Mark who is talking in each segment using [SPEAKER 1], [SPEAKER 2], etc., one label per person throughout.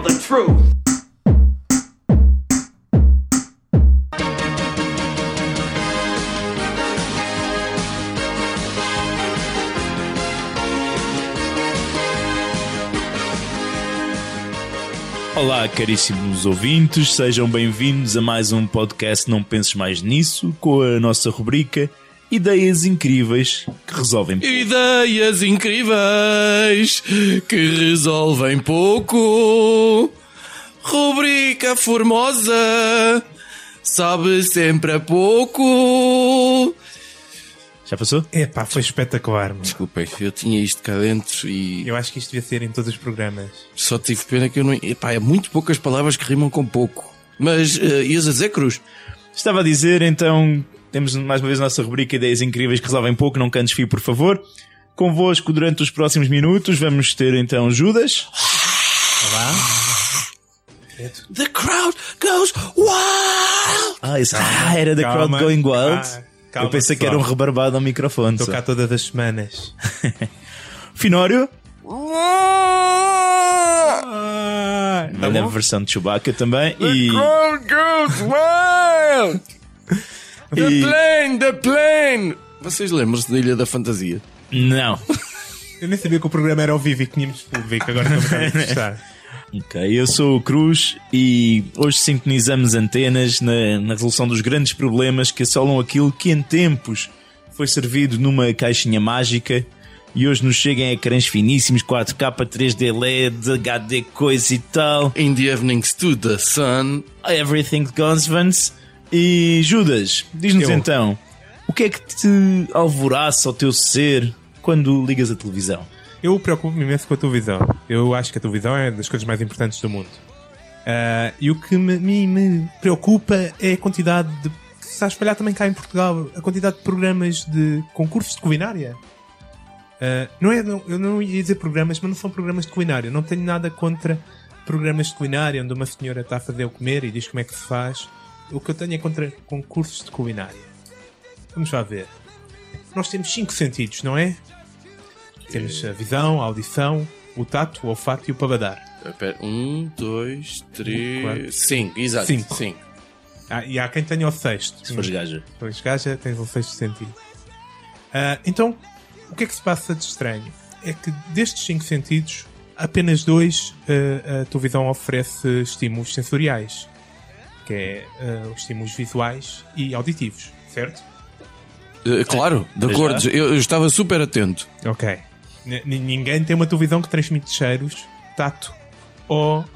[SPEAKER 1] the truth.
[SPEAKER 2] Olá, caríssimos ouvintes, sejam bem-vindos a mais um podcast Não Penses Mais Nisso, com a nossa rubrica Ideias Incríveis que Resolvem Pouco.
[SPEAKER 3] Ideias incríveis que resolvem pouco. Rubrica formosa, sabe sempre a pouco.
[SPEAKER 2] Já passou?
[SPEAKER 4] Epá, foi espetacular, mano.
[SPEAKER 3] Desculpem, eu tinha isto cá dentro e
[SPEAKER 4] Eu acho que isto devia ser em todos os programas.
[SPEAKER 3] só tive pena que eu não... Epá, é muito poucas palavras que rimam com pouco. Mas ias a dizer, Cruz?
[SPEAKER 2] Estava a dizer, então, temos mais uma vez a nossa rubrica Ideias Incríveis que Resolvem Pouco, não cantes fio, por favor. Convosco, durante os próximos minutos, vamos ter então Judas.
[SPEAKER 4] Olá.
[SPEAKER 3] The crowd goes wild.
[SPEAKER 2] Era The
[SPEAKER 4] Calma.
[SPEAKER 2] Crowd Going Wild.
[SPEAKER 4] Calma,
[SPEAKER 2] Eu pensei que era um
[SPEAKER 4] pessoal.
[SPEAKER 2] rebarbado ao microfone.
[SPEAKER 4] Estou
[SPEAKER 2] só.
[SPEAKER 4] cá todas as semanas.
[SPEAKER 2] Finório,
[SPEAKER 4] Tá
[SPEAKER 2] velha
[SPEAKER 4] bom?
[SPEAKER 2] versão de Chewbacca também. E...
[SPEAKER 3] Crowd goes wild. The plane. Vocês lembram-se da Ilha da Fantasia?
[SPEAKER 2] Não.
[SPEAKER 4] Eu nem sabia que o programa era ao vivo e que tínhamos público. Agora estou um bocado a gostar.
[SPEAKER 2] Ok, eu sou o Cruz e hoje sintonizamos antenas na resolução dos grandes problemas que assolam aquilo que em tempos foi servido numa caixinha mágica e hoje nos chegam em ecrãs finíssimos, 4K, 3D LED, HD coisa e tal.
[SPEAKER 3] In the evenings to the sun.
[SPEAKER 2] Everything goes Vance. E Judas, diz-nos
[SPEAKER 4] Eu.
[SPEAKER 2] então, o que é que te alvoraça ao teu ser quando ligas a televisão?
[SPEAKER 4] Eu preocupo-me imenso com a televisão. Eu acho que a televisão é das coisas mais importantes do mundo. E o que me preocupa é a quantidade de... que se está a espalhar também cá em Portugal. A quantidade de programas de concursos de culinária. Eu não ia dizer programas, mas não são programas de culinária. Não tenho nada contra programas de culinária onde uma senhora está a fazer o comer e diz como é que se faz. O que eu tenho é contra concursos de culinária. Vamos lá ver. Nós temos 5 sentidos, não é? Temos a visão, a audição, o tato, o olfato e o paladar.
[SPEAKER 3] Espera, 1, 2, 3,
[SPEAKER 4] Quatro.
[SPEAKER 3] 5, exato.
[SPEAKER 4] Cinco.
[SPEAKER 3] 5.
[SPEAKER 4] E há quem tenha o sexto.
[SPEAKER 2] Se fores gaja.
[SPEAKER 4] Pois gaja, tens o sexto sentido. Então, o que é que se passa de estranho? É que destes 5 sentidos, apenas 2 a televisão oferece estímulos sensoriais. Que é os estímulos visuais e auditivos, certo?
[SPEAKER 3] Claro, de
[SPEAKER 2] Mas
[SPEAKER 3] acordo.
[SPEAKER 2] já.
[SPEAKER 3] Eu estava super atento.
[SPEAKER 4] Ok. Ninguém tem uma televisão que transmite cheiros, tato ou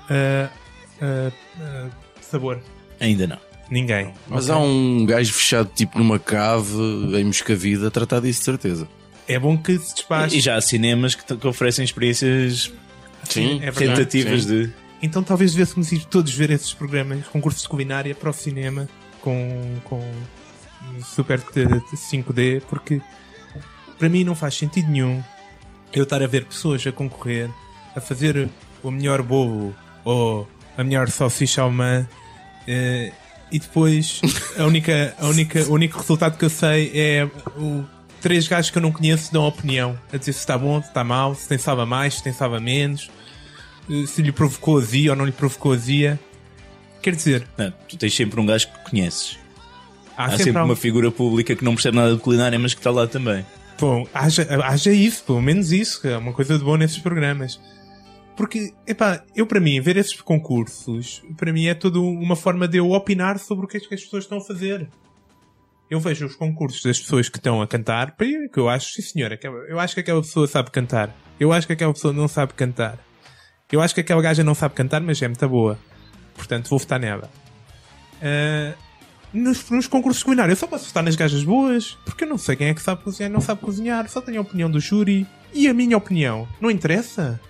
[SPEAKER 4] sabor.
[SPEAKER 2] Ainda não.
[SPEAKER 4] Ninguém.
[SPEAKER 3] Mas
[SPEAKER 4] Ok?
[SPEAKER 3] há um gajo fechado tipo numa cave em Moscavide a tratar disso de certeza.
[SPEAKER 4] É bom que se despache.
[SPEAKER 2] E já há cinemas que oferecem experiências
[SPEAKER 3] Sim,
[SPEAKER 4] é verdade.
[SPEAKER 2] tentativas
[SPEAKER 3] sim.
[SPEAKER 2] de...
[SPEAKER 4] Então talvez devêssemos ir todos ver esses programas, concursos de culinária para o cinema com super 5D, porque para mim não faz sentido nenhum eu estar a ver pessoas a concorrer a fazer o melhor bolo ou a melhor salsicha alemã e depois o único resultado que eu sei é 3 gajos que eu não conheço dão opinião a dizer se está bom, se está mal, se tem sal a mais, se tem sal a menos, se lhe provocou azia ou não lhe provocou azia. Quer dizer,
[SPEAKER 2] Não, tu tens sempre um gajo que conheces.
[SPEAKER 4] há
[SPEAKER 2] Há sempre
[SPEAKER 4] algo-
[SPEAKER 2] uma figura pública que não percebe nada de culinária, mas que está lá também.
[SPEAKER 4] Bom, haja isso, pelo menos isso, que é uma coisa de boa nesses programas. Porque, epá, para mim, ver esses concursos, para mim é toda uma forma de eu opinar sobre o que é que as pessoas estão a fazer. Eu vejo os concursos das pessoas que estão a cantar, que eu acho, sim senhora, eu acho que aquela pessoa sabe cantar. Eu acho que aquela pessoa não sabe cantar. Eu acho que aquela gaja não sabe cantar, mas é muito boa. Portanto, vou votar nela. Nos concursos de culinária, eu só posso votar nas gajas boas, porque eu não sei quem é que sabe cozinhar e não sabe cozinhar. Só tenho a opinião do júri. E a minha opinião? Não interessa?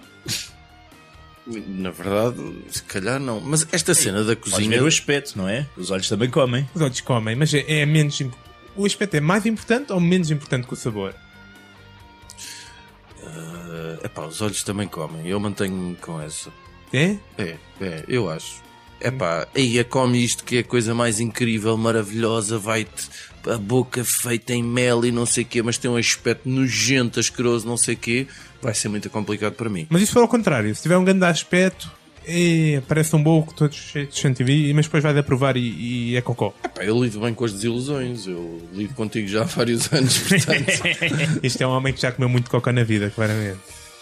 [SPEAKER 3] Na verdade, se calhar não. Mas esta cena da
[SPEAKER 2] Podes
[SPEAKER 3] cozinha.
[SPEAKER 2] ver o aspecto, não é? Os olhos também comem.
[SPEAKER 4] Os olhos comem, mas é menos... O aspecto é mais importante ou menos importante que o sabor?
[SPEAKER 3] Epá, os olhos também comem. Eu mantenho-me com essa.
[SPEAKER 4] É?
[SPEAKER 3] Eu acho. Epá, aí come isto que é a coisa mais incrível, maravilhosa, vai-te a boca feita em mel e não sei o quê, mas tem um aspecto nojento, asqueroso, não sei o quê, vai ser muito complicado para mim.
[SPEAKER 4] Mas isso for ao contrário. Se tiver um grande aspecto parece um bolo que todos cheios de chantilly, mas depois vai a provar e é cocó.
[SPEAKER 3] Eu lido bem com as desilusões. Eu lido contigo já há vários anos, portanto.
[SPEAKER 4] Este é um homem que já comeu muito cocó na vida, claramente.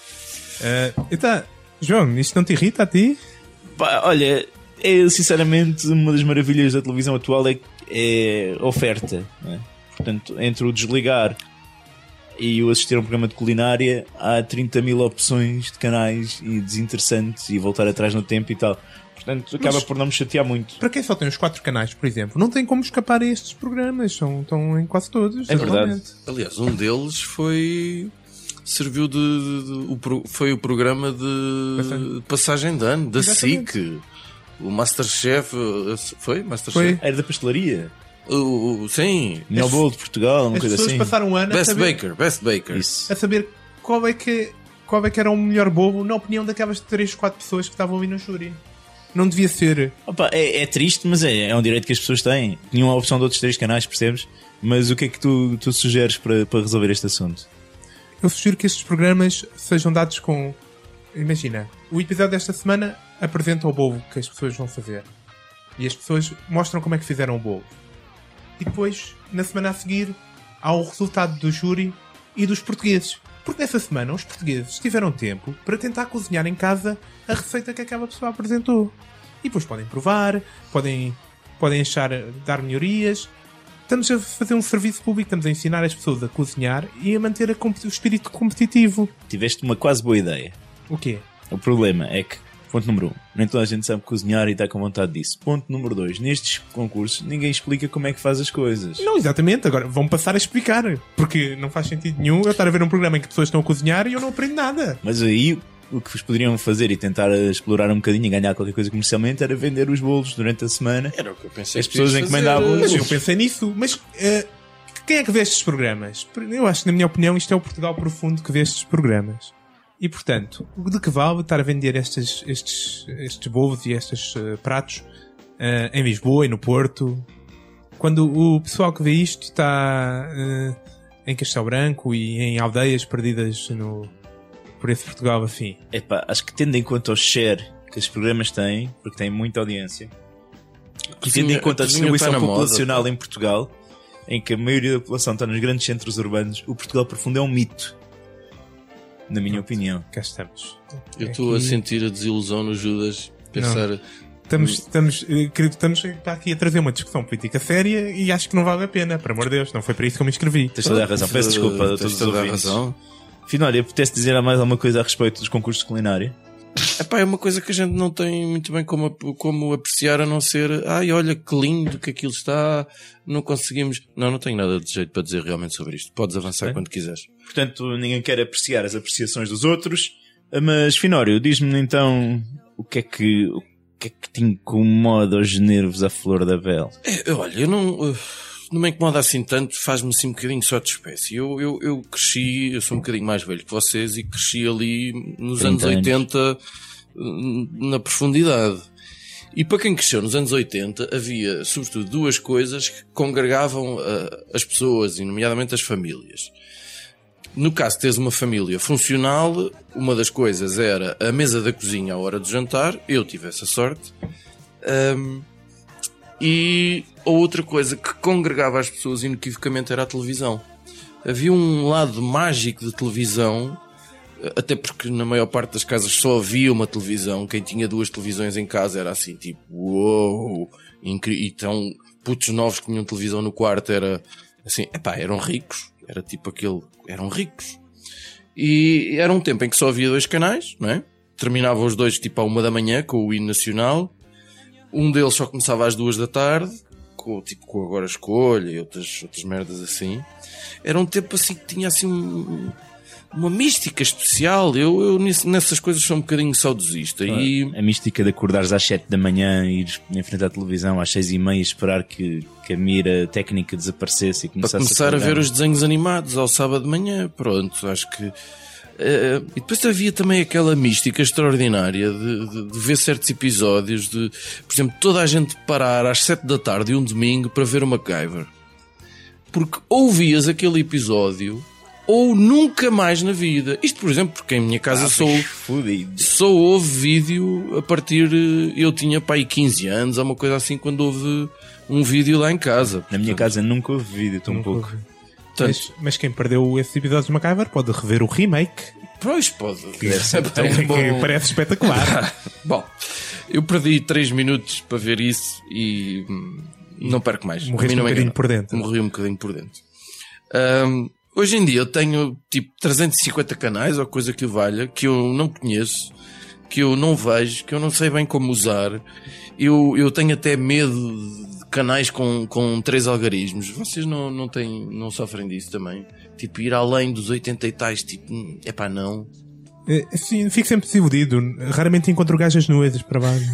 [SPEAKER 4] Então, João, isto não te irrita a ti?
[SPEAKER 2] Pá, olha, sinceramente uma das maravilhas da televisão atual é a oferta, não é? Portanto, entre o desligar e o assistir a um programa de culinária, há 30.000 opções de canais e desinteressantes e voltar atrás no tempo e tal. Portanto, acaba por não me chatear muito.
[SPEAKER 4] Para quem só tem os 4 canais, por exemplo, não tem como escapar a estes programas. Estão em quase todos.
[SPEAKER 2] É verdade.
[SPEAKER 3] Aliás, um deles serviu foi o programa de passagem de ano, da
[SPEAKER 4] Exatamente.
[SPEAKER 3] SIC. O Masterchef. Foi? Masterchef?
[SPEAKER 4] Foi.
[SPEAKER 2] Era da pastelaria.
[SPEAKER 3] Sim.
[SPEAKER 2] Melhor bolo de Portugal, uma
[SPEAKER 4] As
[SPEAKER 2] coisa
[SPEAKER 4] pessoas
[SPEAKER 2] assim.
[SPEAKER 4] passaram um ano
[SPEAKER 3] Best Baker.
[SPEAKER 2] Isso.
[SPEAKER 4] a saber qual é que era o melhor bolo na opinião daquelas 3, 4 pessoas que estavam ali no júri. Não devia ser.
[SPEAKER 2] Opa, é triste, mas é um direito que as pessoas têm. Tinham a opção de outros 3 canais, percebes? Mas o que é que tu sugeres para resolver este assunto?
[SPEAKER 4] Eu sugiro que estes programas sejam dados com... Imagina, o episódio desta semana apresenta o bolo que as pessoas vão fazer. E as pessoas mostram como é que fizeram o bolo. E depois, na semana a seguir, há o resultado do júri e dos portugueses. Porque nessa semana os portugueses tiveram tempo para tentar cozinhar em casa a receita que aquela pessoa apresentou. E depois podem provar, podem dar melhorias. Estamos a fazer um serviço público, estamos a ensinar as pessoas a cozinhar e a manter o espírito competitivo.
[SPEAKER 2] Tiveste uma quase boa ideia.
[SPEAKER 4] O quê?
[SPEAKER 2] O problema é que, ponto número 1, nem toda a gente sabe cozinhar e está com vontade disso. Ponto número 2, nestes concursos ninguém explica como é que faz as coisas.
[SPEAKER 4] Não, exatamente, agora vão passar a explicar. Porque não faz sentido nenhum eu estar a ver um programa em que pessoas estão a cozinhar e eu não aprendo nada.
[SPEAKER 2] Mas aí o que vos poderiam fazer e tentar explorar um bocadinho e ganhar qualquer coisa comercialmente era vender os bolos durante a semana.
[SPEAKER 3] Era o que eu pensei.
[SPEAKER 2] As pessoas encomendavam.
[SPEAKER 4] Mas eu pensei nisso. Mas quem é que vê estes programas? Eu acho que, na minha opinião, isto é o Portugal profundo que vê estes programas. E, portanto, de que vale estar a vender estes bolos e estes pratos em Lisboa e no Porto, quando o pessoal que vê isto está em Castelo Branco e em aldeias perdidas por esse Portugal afim?
[SPEAKER 2] Epá, acho que tendo em conta o share que os programas têm, porque têm muita audiência, e tendo em conta a distribuição populacional em Portugal, em que a maioria da população está nos grandes centros urbanos, o Portugal profundo é um mito. Na minha opinião.
[SPEAKER 4] Cá estamos.
[SPEAKER 3] Eu estou a sentir a desilusão no Judas. Pensar.
[SPEAKER 4] Estamos aqui a trazer uma discussão política séria e acho que não vale a pena, por amor de Deus. Não foi para isso que eu me inscrevi.
[SPEAKER 2] Tens toda a razão. Peço desculpa a todos os ouvintes. Afinal, olha, apetece dizer mais alguma coisa a respeito dos concursos de culinária?
[SPEAKER 3] Epá, é uma coisa que a gente não tem muito bem como apreciar, a não ser olha que lindo que aquilo está, não conseguimos. Não tenho nada de jeito para dizer realmente sobre isto. Podes avançar quando quiseres.
[SPEAKER 2] Portanto, ninguém quer apreciar as apreciações dos outros, mas Finório, diz-me então o que é que te incomoda aos nervos à flor da pele?
[SPEAKER 3] Olha, eu não me incomoda assim tanto, faz-me assim um bocadinho só de espécie. Eu cresci, eu sou um bocadinho mais velho que vocês e cresci ali nos anos 80 na profundidade. E para quem cresceu nos anos 80 havia sobretudo 2 coisas que congregavam as pessoas, e nomeadamente as famílias. No caso de teres uma família funcional, uma das coisas era a mesa da cozinha à hora do jantar. Eu tive essa sorte. E a outra coisa que congregava as pessoas inequivocamente era a televisão. Havia um lado mágico de televisão, até porque na maior parte das casas só havia uma televisão. Quem tinha 2 televisões em casa era assim, tipo, uou, então putos novos que tinham televisão no quarto era assim, eram ricos, era tipo eram ricos. E era um tempo em que só havia 2 canais, não é? Terminavam os 2 tipo à 1 da manhã com o hino nacional. Um deles só começava às 2 da tarde, com Agora Escolha e outras merdas assim. Era um tempo assim que tinha assim uma mística especial. Eu nessas coisas sou um bocadinho saudosista. E
[SPEAKER 2] a mística de acordares às 7 da manhã e ir enfrentar a televisão às 6:30 e esperar que a mira técnica desaparecesse e
[SPEAKER 3] para começar a ver os desenhos animados ao sábado de manhã. Pronto, acho que... e depois havia também aquela mística extraordinária de ver certos episódios de, por exemplo, toda a gente parar às 7 da tarde um domingo para ver o MacGyver, porque ouvias aquele episódio ou nunca mais na vida. Isto, por exemplo, porque em minha casa só houve vídeo a partir... Eu tinha pá aí 15 anos, ou uma coisa assim, quando houve um vídeo lá em casa.
[SPEAKER 2] Na minha casa nunca houve vídeo, tão pouco.
[SPEAKER 4] Mas quem perdeu esses episódios de MacGyver pode rever o remake.
[SPEAKER 3] Pois pode.
[SPEAKER 4] Que parece espetacular.
[SPEAKER 3] Bom, eu perdi 3 minutos para ver isso e não perco mais.
[SPEAKER 4] Morri um bocadinho por dentro.
[SPEAKER 3] Morri um bocadinho por dentro. Hoje em dia eu tenho tipo 350 canais ou coisa que valha, que eu não conheço, que eu não vejo, que eu não sei bem como usar. Eu tenho até medo de canais com 3 algarismos. Vocês não sofrem disso também? Tipo, ir além dos 80 e tais, tipo, epá, não.
[SPEAKER 4] Sim, fico sempre desiludido. Raramente encontro gajas nuas para baixo.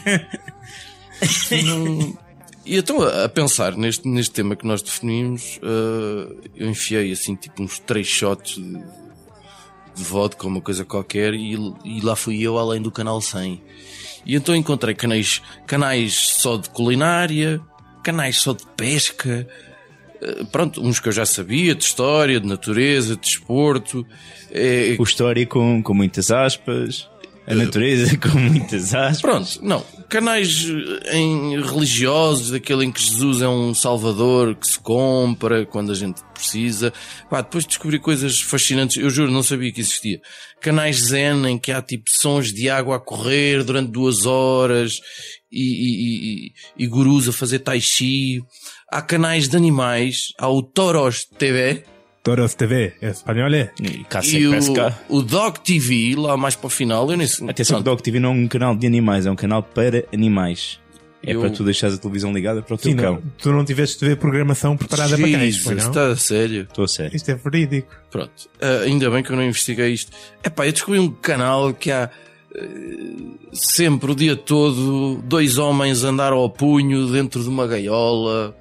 [SPEAKER 3] E então, a pensar neste tema que nós definimos, eu enfiei assim, tipo, uns 3 shots de vodka, uma coisa qualquer, e lá fui eu além do canal 100. E então encontrei canais só de culinária, canais só de pesca, pronto, uns que eu já sabia, de história, de natureza, de desporto.
[SPEAKER 2] O história com muitas aspas, a natureza com muitas aspas.
[SPEAKER 3] Pronto, não. Canais religiosos, daquele em que Jesus é um salvador que se compra quando a gente precisa. Pá, depois descobri coisas fascinantes. Eu juro, não sabia que existia. Canais zen em que há tipo sons de água a correr durante 2 horas e gurus a fazer tai chi. Há canais de animais. Há o Toros TV.
[SPEAKER 4] Toros TV, é espanhol, é?
[SPEAKER 3] E o Dog TV, lá mais para o final, eu nem sei.
[SPEAKER 2] Atenção, o Dog TV não é um canal de animais, é um canal para animais. Para tu deixares a televisão ligada para o teu cão.
[SPEAKER 4] Tu não tiveste de ver programação preparada para cães, foi, não?
[SPEAKER 3] Está a sério?
[SPEAKER 2] Estou a sério.
[SPEAKER 4] Isto é verídico.
[SPEAKER 3] Pronto, ainda bem que eu não investiguei isto. Epá, eu descobri um canal que há sempre, o dia todo, 2 homens a andar ao punho dentro de uma gaiola.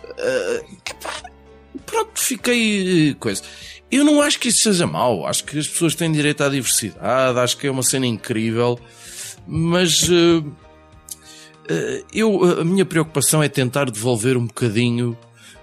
[SPEAKER 3] Pronto, fiquei coisa. Eu não acho que isso seja mau. Acho que as pessoas têm direito à diversidade. Acho que é uma cena incrível. Mas a minha preocupação é tentar devolver um bocadinho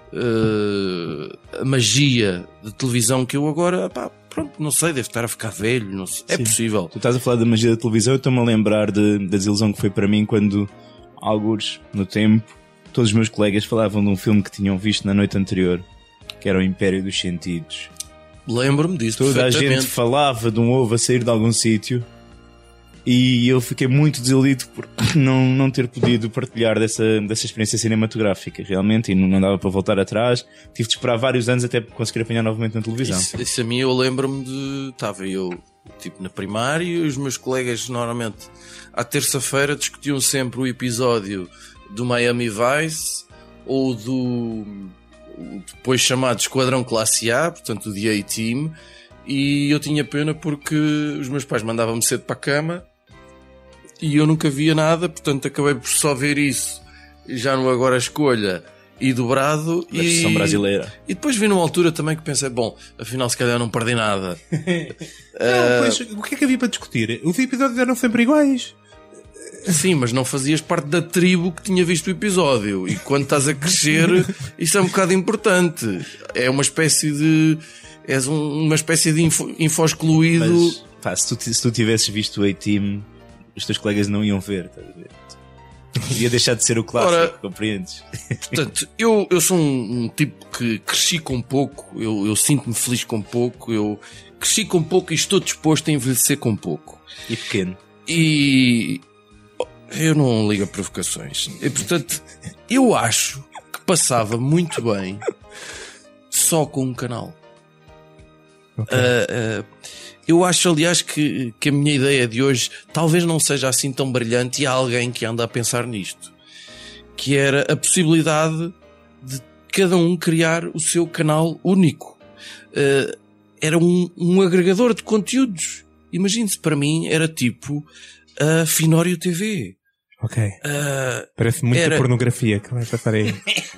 [SPEAKER 3] a magia de televisão que eu agora, pá, pronto, não sei, devo estar a ficar velho, não sei. É possível.
[SPEAKER 2] Tu estás a falar da magia da televisão, eu estou-me a lembrar da desilusão que foi para mim quando, algures no tempo, todos os meus colegas falavam de um filme que tinham visto na noite anterior, que era o Império dos Sentidos.
[SPEAKER 3] Lembro-me disso.
[SPEAKER 2] Toda a gente falava de um ovo a sair de algum sítio e eu fiquei muito desiludido por não ter podido partilhar dessa experiência cinematográfica realmente, e não dava para voltar atrás. Tive de esperar vários anos até conseguir apanhar novamente na televisão.
[SPEAKER 3] Isso a mim, eu lembro-me de... Estava eu tipo na primária e os meus colegas normalmente à terça-feira discutiam sempre o episódio do Miami Vice ou do depois chamado Esquadrão Classe A, portanto o The A-Team, e eu tinha pena porque os meus pais mandavam-me cedo para a cama e eu nunca via nada, portanto acabei por só ver isso já no Agora Escolha e dobrado.
[SPEAKER 2] A versão brasileira.
[SPEAKER 3] E depois vi numa altura também que pensei, bom, afinal se calhar não perdi nada.
[SPEAKER 4] Pois, o que é que havia para discutir? Os episódios eram sempre iguais.
[SPEAKER 3] Sim, mas não fazias parte da tribo que tinha visto o episódio. E quando estás a crescer, isso é um bocado importante. É uma espécie de... És uma espécie de info-excluído.
[SPEAKER 2] Mas, pá, se tu tivesses visto o A-Team, os teus colegas não iam ver, estás a ver? Ia deixar de ser o clássico, compreendes?
[SPEAKER 3] Portanto, eu sou um tipo que cresci com pouco. Eu sinto-me feliz com pouco. Eu cresci com pouco e estou disposto a envelhecer com pouco.
[SPEAKER 2] E pequeno.
[SPEAKER 3] E... eu não ligo a provocações. E, portanto, eu acho que passava muito bem só com um canal. Okay. Eu acho, aliás, que a minha ideia de hoje talvez não seja assim tão brilhante, e há alguém que anda a pensar nisto, que era a possibilidade de cada um criar o seu canal único. Era um agregador de conteúdos. Imagine-se, para mim era tipo a Finório TV.
[SPEAKER 4] Ok. Parece muita pornografia que vai passar aí.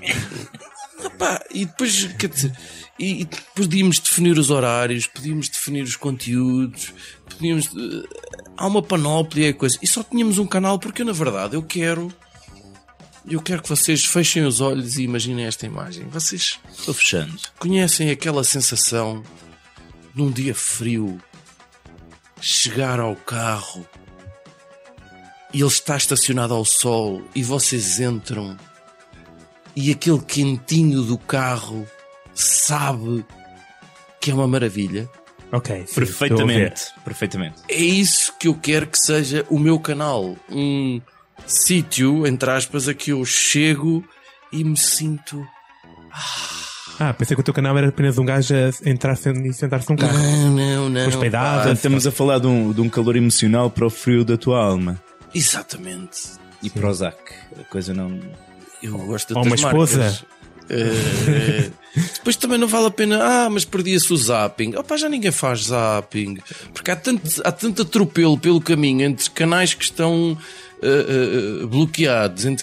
[SPEAKER 3] E depois, quer dizer, e podíamos definir os horários, podíamos definir os conteúdos, podíamos... há uma panóplia e coisa. E só tínhamos um canal porque, na verdade, eu quero que vocês fechem os olhos e imaginem esta imagem. Vocês
[SPEAKER 2] estou fechando.
[SPEAKER 3] Conhecem aquela sensação num dia frio, chegar ao carro e ele está estacionado ao sol e vocês entram e aquele quentinho do carro sabe que é uma maravilha.
[SPEAKER 4] Ok, sim,
[SPEAKER 2] Perfeitamente.
[SPEAKER 3] É isso que eu quero que seja o meu canal. Um sítio, entre aspas, a que eu chego e me sinto...
[SPEAKER 4] Pensei que o teu canal era apenas um gajo a entrar e sentar-se num carro.
[SPEAKER 3] Não.
[SPEAKER 4] Depois peidava.
[SPEAKER 2] Portanto, estamos a falar de um calor emocional para o frio da tua alma.
[SPEAKER 3] Exatamente.
[SPEAKER 2] E Prozac. A coisa não...
[SPEAKER 3] Eu gosto de
[SPEAKER 4] Ou uma
[SPEAKER 3] outras
[SPEAKER 4] esposa.
[SPEAKER 3] marcas. Depois também não vale a pena. Mas perdia-se o zapping. Já ninguém faz zapping. Porque há tanto atropelo pelo caminho entre canais que estão bloqueados,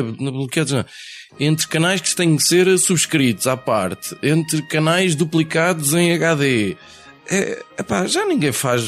[SPEAKER 3] entre canais que têm que ser subscritos à parte, entre canais duplicados em HD. Já ninguém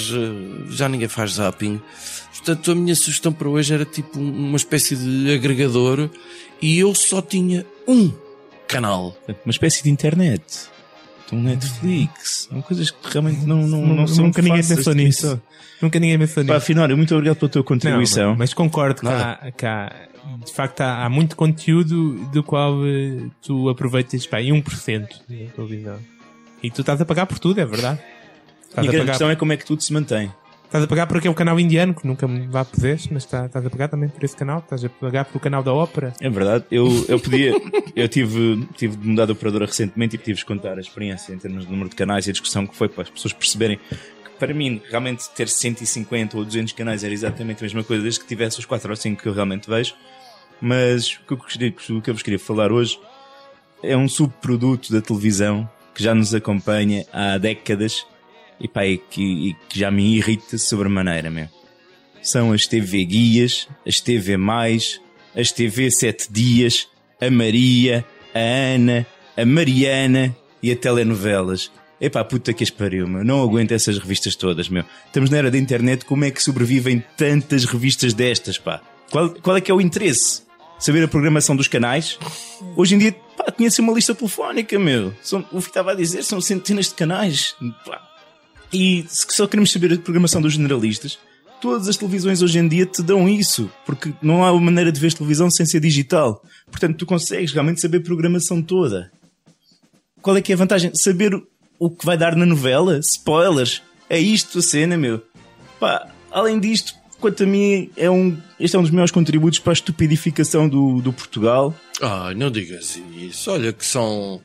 [SPEAKER 3] faz zapping. Portanto, a minha sugestão para hoje era tipo uma espécie de agregador e eu só tinha um canal.
[SPEAKER 2] Uma espécie de internet. Um Netflix. São coisas que realmente não são
[SPEAKER 4] Nunca ninguém
[SPEAKER 2] fáceis
[SPEAKER 4] pensou
[SPEAKER 2] de
[SPEAKER 4] nisso.
[SPEAKER 2] pensar.
[SPEAKER 4] Nunca ninguém pensou nisso.
[SPEAKER 2] Pá, Finório, muito obrigado pela tua contribuição.
[SPEAKER 4] Não, mas concordo que há, de facto, há muito conteúdo do qual tu aproveitas 1% da tua visão. E tu estás a pagar por tudo, é verdade.
[SPEAKER 2] E a grande questão é como é que tudo se mantém.
[SPEAKER 4] Estás a pagar por aquele canal indiano, que nunca me vá poder, mas estás a pagar também por esse canal. Estás a pagar pelo canal da ópera.
[SPEAKER 2] É verdade. Eu tive de mudar de operadora recentemente e tive-vos contar a experiência em termos de número de canais e a discussão que foi para as pessoas perceberem que, para mim, realmente ter 150 ou 200 canais era exatamente a mesma coisa, desde que tivesse os 4 ou 5 que eu realmente vejo. Mas o que eu vos queria falar hoje é um subproduto da televisão que já nos acompanha há décadas e que já me irrita sobremaneira, meu. São as TV Guias, as TV Mais, as TV 7 Dias, a Maria, a Ana, a Mariana e a telenovelas. Puta que as pariu, meu. Não aguento essas revistas todas, meu. Estamos na era da internet, como é que sobrevivem tantas revistas destas, pá? Qual é que é o interesse? Saber a programação dos canais? Hoje em dia, tinha de ser uma lista telefónica, meu. O que estava a dizer, são centenas de canais, pá. E se só queremos saber a programação dos generalistas, todas as televisões hoje em dia te dão isso, porque não há maneira de ver televisão sem ser digital. Portanto, tu consegues realmente saber a programação toda. Qual é que é a vantagem? Saber o que vai dar na novela? Spoilers. É isto a cena, meu. Além disto, quanto a mim, este é um dos maiores contributos para a estupidificação do Portugal.
[SPEAKER 3] Não digas isso. Olha que são...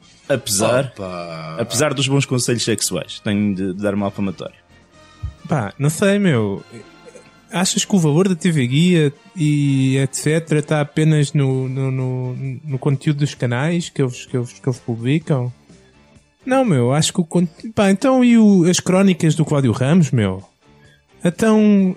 [SPEAKER 2] Apesar dos bons conselhos sexuais, tenho de dar uma alfamatória.
[SPEAKER 4] Não sei, meu. Achas que o valor da TV Guia e etc. está apenas no conteúdo dos canais que eles publicam? Não, meu. Acho que o conteúdo... então as crónicas do Cláudio Ramos, meu? Então,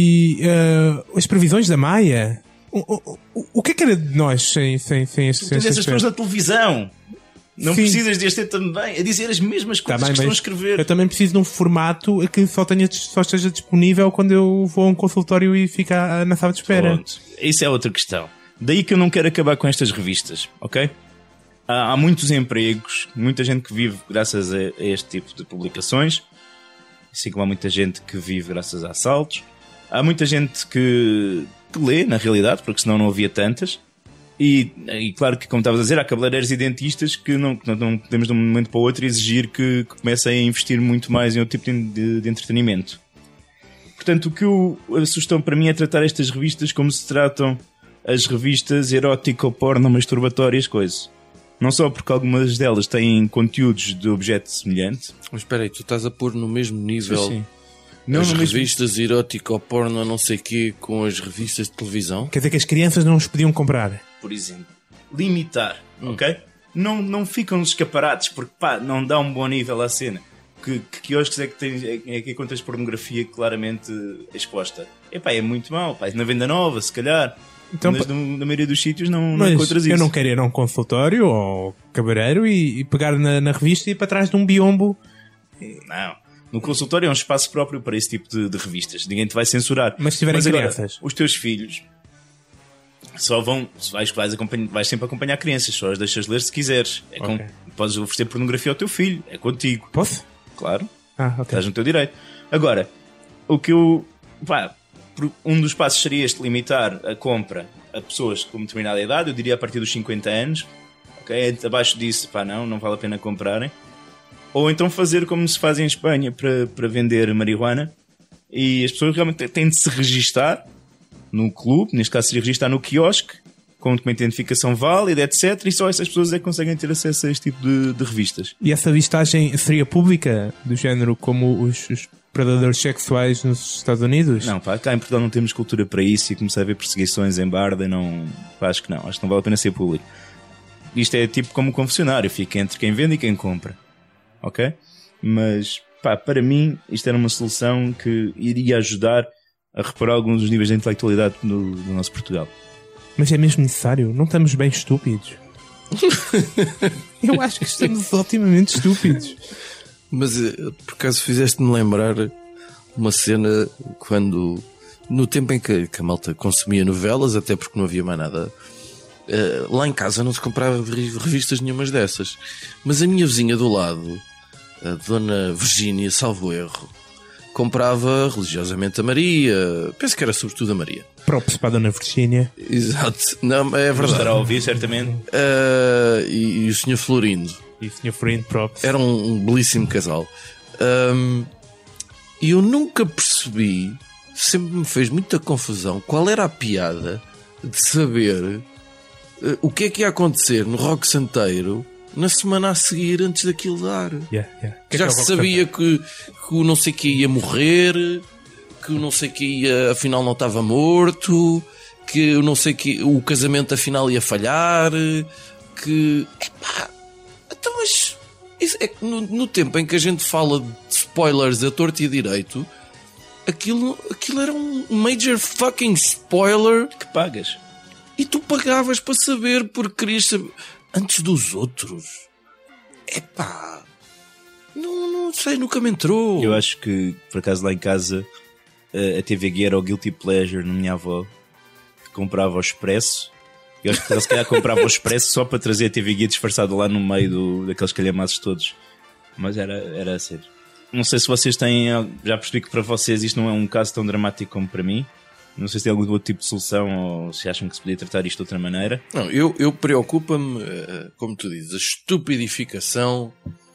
[SPEAKER 4] as previsões da Maia? O que é que era de nós sem
[SPEAKER 2] Tu tens essas pessoas na televisão. Não
[SPEAKER 4] Sim.
[SPEAKER 2] precisas de ter também a dizer as mesmas coisas que estão a escrever.
[SPEAKER 4] Eu também preciso de um formato que só esteja disponível quando eu vou a um consultório e fica na sala de espera.
[SPEAKER 2] Pronto. Isso é outra questão. Daí que eu não quero acabar com estas revistas, ok? Há muitos empregos, muita gente que vive graças a este tipo de publicações, assim como há muita gente que vive graças a assaltos. Há muita gente que lê, na realidade, porque senão não havia tantas. E claro que, como estavas a dizer, há cabeleireiros e dentistas que não podemos de um momento para o outro exigir que comecem a investir muito mais em outro tipo de entretenimento. Portanto, a sugestão para mim é tratar estas revistas como se tratam as revistas erótico-porno masturbatórias, coisas. Não só porque algumas delas têm conteúdos de objeto semelhante.
[SPEAKER 3] Mas espera aí, tu estás a pôr no mesmo nível
[SPEAKER 2] Sim.
[SPEAKER 3] as revistas erótico-porno, não sei o quê, com as revistas de televisão?
[SPEAKER 4] Quer dizer que as crianças não os podiam comprar?
[SPEAKER 2] Por exemplo, limitar, ok? Não ficam escaparates porque não dá um bom nível à cena. Que quiosques é que encontras pornografia claramente exposta? É muito mau, na venda nova, se calhar.
[SPEAKER 4] Então,
[SPEAKER 2] mas na maioria dos sítios não
[SPEAKER 4] mas
[SPEAKER 2] encontras isso.
[SPEAKER 4] Eu não quero ir a um consultório ou cabeleireiro e pegar na revista e ir para trás de um biombo.
[SPEAKER 2] Não. No consultório é um espaço próprio para esse tipo de revistas. Ninguém te vai censurar.
[SPEAKER 4] Mas se tiverem
[SPEAKER 2] agora,
[SPEAKER 4] crianças?
[SPEAKER 2] Os teus filhos só vão... Vais sempre acompanhar crianças. Só as deixas ler se quiseres. Podes oferecer pornografia ao teu filho. É contigo.
[SPEAKER 4] Posso?
[SPEAKER 2] Claro.
[SPEAKER 4] Ok.
[SPEAKER 2] Estás no teu direito. Agora, o que um dos passos seria este, limitar a compra a pessoas com determinada idade, eu diria a partir dos 50 anos, ok? Abaixo disso, não vale a pena comprarem. Ou então fazer como se faz em Espanha para vender marihuana, e as pessoas realmente têm de se registar no clube, neste caso seria registar no quiosque, com documento de identificação válida, etc. E só essas pessoas é que conseguem ter acesso a este tipo de revistas.
[SPEAKER 4] E essa listagem seria pública, do género como os predadores sexuais nos Estados Unidos?
[SPEAKER 2] Não, cá em Portugal não temos cultura para isso, e começar a ver perseguições em Barda, acho que não vale a pena ser público. Isto é tipo como um confessionário, fica entre quem vende e quem compra, ok? Mas, para mim, isto era uma solução que iria ajudar a reparar alguns dos níveis de intelectualidade do nosso Portugal.
[SPEAKER 4] Mas é mesmo necessário? Não estamos bem estúpidos? Eu acho que estamos otimamente estúpidos.
[SPEAKER 3] Mas, por acaso, fizeste-me lembrar uma cena quando, no tempo em que a malta consumia novelas, até porque não havia mais nada, lá em casa não se comprava revistas nenhumas dessas. Mas a minha vizinha do lado, a Dona Virgínia, salvo erro, comprava religiosamente a Maria. Penso que era sobretudo a Maria.
[SPEAKER 4] Props para a Dona Virgínia.
[SPEAKER 3] Exato. Não, é verdade.
[SPEAKER 2] Estará a ouvir, certamente.
[SPEAKER 3] E o Sr. Florindo.
[SPEAKER 4] E o Sr. Florindo, props.
[SPEAKER 3] Era um belíssimo casal. E eu nunca percebi, sempre me fez muita confusão, qual era a piada de saber o que é que ia acontecer no Rock Santeiro na semana a seguir, antes daquilo dar. Já se sabia que o não sei que ia morrer, que o não sei que ia afinal não estava morto, que o não sei que o casamento afinal ia falhar, que então, mas isso é que no tempo em que a gente fala de spoilers a torto e a direito, aquilo era um major fucking spoiler
[SPEAKER 2] que pagas.
[SPEAKER 3] E tu pagavas para saber, porque querias saber antes dos outros. Não sei, nunca me entrou.
[SPEAKER 2] Eu acho que, por acaso, lá em casa a TV Guia era o Guilty Pleasure na minha avó, que comprava o Expresso. Eu acho que ela se calhar comprava o Expresso só para trazer a TV Guia disfarçado lá no meio daqueles calhamaços todos. Mas era a sério. Não sei se vocês têm... Já percebi que para vocês isto não é um caso tão dramático como para mim. Não sei se tem algum outro tipo de solução ou se acham que se podia tratar isto de outra maneira.
[SPEAKER 3] Não, eu preocupa-me, como tu dizes, a estupidificação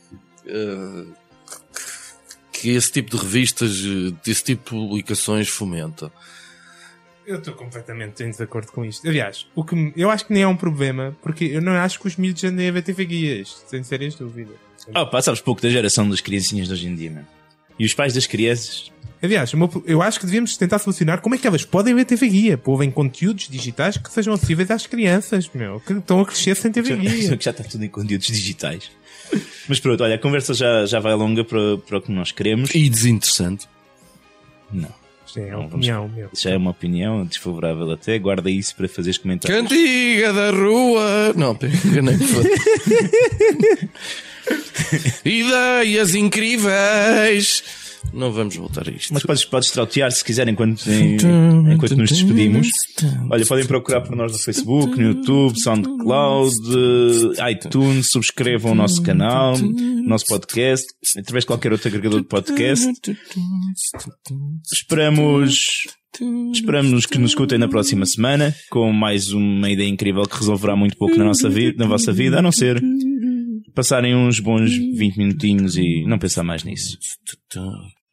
[SPEAKER 3] que esse tipo de revistas, desse tipo de publicações fomenta.
[SPEAKER 4] Eu estou completamente em desacordo com isto. Aliás, eu acho que nem é um problema, porque eu não acho que os miúdos andem a ver TV Guias, sem sérias dúvidas.
[SPEAKER 2] Sabes pouco da geração das criancinhas de hoje em dia, mano. E os pais das crianças...
[SPEAKER 4] Aliás, eu acho que devíamos tentar solucionar como é que elas podem ver TV Guia. Povem conteúdos digitais que sejam acessíveis às crianças, que estão a crescer sem TV Guia.
[SPEAKER 2] Que já está tudo em conteúdos digitais. Mas pronto, olha, a conversa já vai longa para o que nós queremos.
[SPEAKER 3] E desinteressante.
[SPEAKER 2] Não.
[SPEAKER 4] Isto é uma opinião, meu.
[SPEAKER 2] Isso já é uma opinião desfavorável até. Guarda isso para fazeres comentários.
[SPEAKER 3] Cantiga da rua! Não, nem ideias incríveis! Não vamos voltar a isto.
[SPEAKER 2] Mas podes trautear se quiser enquanto nos despedimos. Olha, podem procurar por nós no Facebook, no YouTube, SoundCloud, iTunes, subscrevam o nosso canal, nosso podcast, através de qualquer outro agregador de podcast. Esperamos que nos escutem na próxima semana com mais uma ideia incrível que resolverá muito pouco na vossa vida, a não ser passarem uns bons 20 minutinhos e não pensar mais nisso.